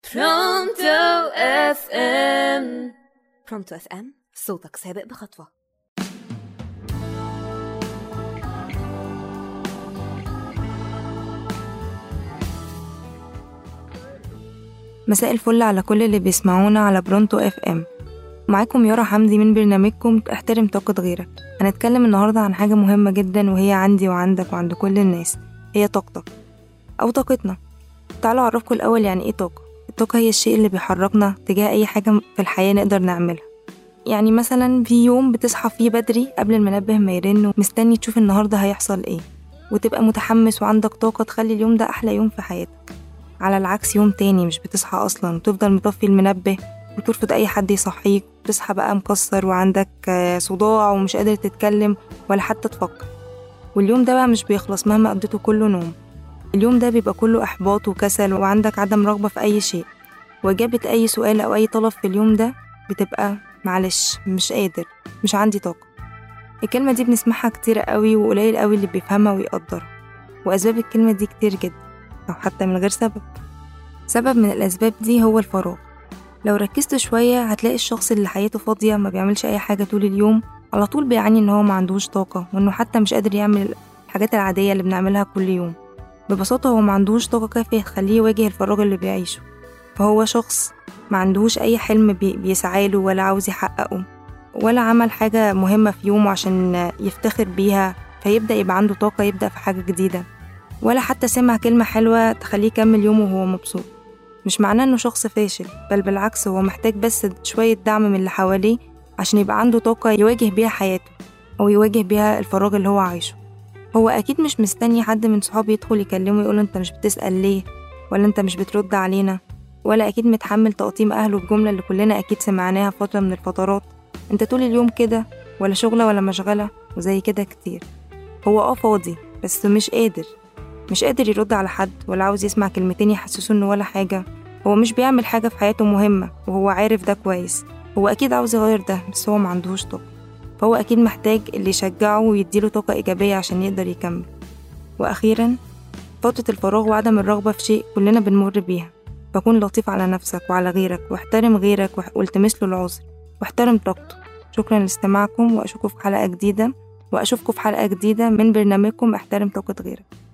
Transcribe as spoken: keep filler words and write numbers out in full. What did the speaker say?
برونتو اف ام. برونتو اف ام، صوتك سابق بخطوة. مساء الفل على كل اللي بيسمعونا على برونتو اف ام. معاكم يارا حمدي من برنامجكم احترم طاقة غيرك. هنتكلم النهاردة عن حاجة مهمة جدا، وهي عندي وعندك وعند كل الناس، هي طاقتك أو طاقتنا. تعالوا أعرفكم الأول يعني إيه طاقة. الطاقة هي الشيء اللي بيحركنا تجاه أي حاجة في الحياة نقدر نعملها. يعني مثلا في يوم بتصحى فيه بدري قبل المنبه ما يرن ومستني تشوف النهاردة هيحصل إيه، وتبقى متحمس وعندك طاقة تخلي اليوم ده أحلى يوم في حياتك. على العكس يوم تاني مش بتصحى أصلا وتفضل مطفي المنبه وترفض أي حد يصحيك، تصحى بقى مكسر وعندك صداع ومش قادر تتكلم ولا حتى تفكر، واليوم ده بقى مش بيخلص مهما قضيته كله نوم. اليوم ده بيبقى كله إحباط وكسل وعندك عدم رغبة في أي شيء، وإجابة أي سؤال أو أي طلب في اليوم ده بتبقى معلش مش قادر، مش عندي طاقة. الكلمة دي بنسمعها كتير قوي وقليل قوي اللي بيفهمها ويقدرها، وأسباب الكلمة دي كتير جدا أو حتى من غير سبب. سبب من الأسباب دي هو الفراغ. لو ركزت شوية هتلاقي الشخص اللي حياته فاضية ما بيعملش أي حاجة طول اليوم على طول بيعاني إن هو ما عندوش طاقة، وإنه حتى مش قادر يعمل الحاجات العادية اللي بنعملها كل يوم. ببساطة هو ما عندوش طاقة كافية تخليه يواجه الفراغ اللي بيعيشه، فهو شخص ما عندوش أي حلم بي بيسعاله ولا عاوز يحققه، ولا عمل حاجة مهمة في يومه عشان يفتخر بيها فيبدأ يبقى عنده طاقة يبدأ في حاجة جديدة، ولا حتى سمع كلمة حلوة تخليه يكمل يومه وهو مبسوط. مش معناه انه شخص فاشل، بل بالعكس هو محتاج بس شوية دعم من اللي حواليه عشان يبقى عنده طاقة يواجه بيها حياته أو يواجه بيها الفراغ اللي هو عايشه. هو أكيد مش مستني حد من صحابه يدخل يكلمه يقوله انت مش بتسأل ليه، ولا انت مش بترد علينا، ولا أكيد متحمل تقطيم أهله بجملة اللي كلنا أكيد سمعناها فترة من الفترات، انت طول اليوم كده، ولا شغلة ولا مشغلة وزي كده كتير. هو اه فاضي بس مش قادر مش قادر يرد على حد، ولا عاوز يسمع كلمتين يحسسوه انه ولا حاجة. هو مش بيعمل حاجة في حياته مهمة وهو عارف ده كويس. هو أكيد عاوز يغير ده بس هو ما عندهوش طاقة، فهو أكيد محتاج اللي يشجعه ويديله طاقة إيجابية عشان يقدر يكمل. وأخيرا فترة الفراغ وعدم الرغبة في شيء كلنا بنمر بيها، فكون لطيف على نفسك وعلى غيرك واحترم غيرك والتمس له العذر واحترم طاقته. شكرا لاستماعكم، وأشوفكم في حلقة جديدة وأشوفكم في حلقة جديدة من برنامجكم احترم طاقة غيرك.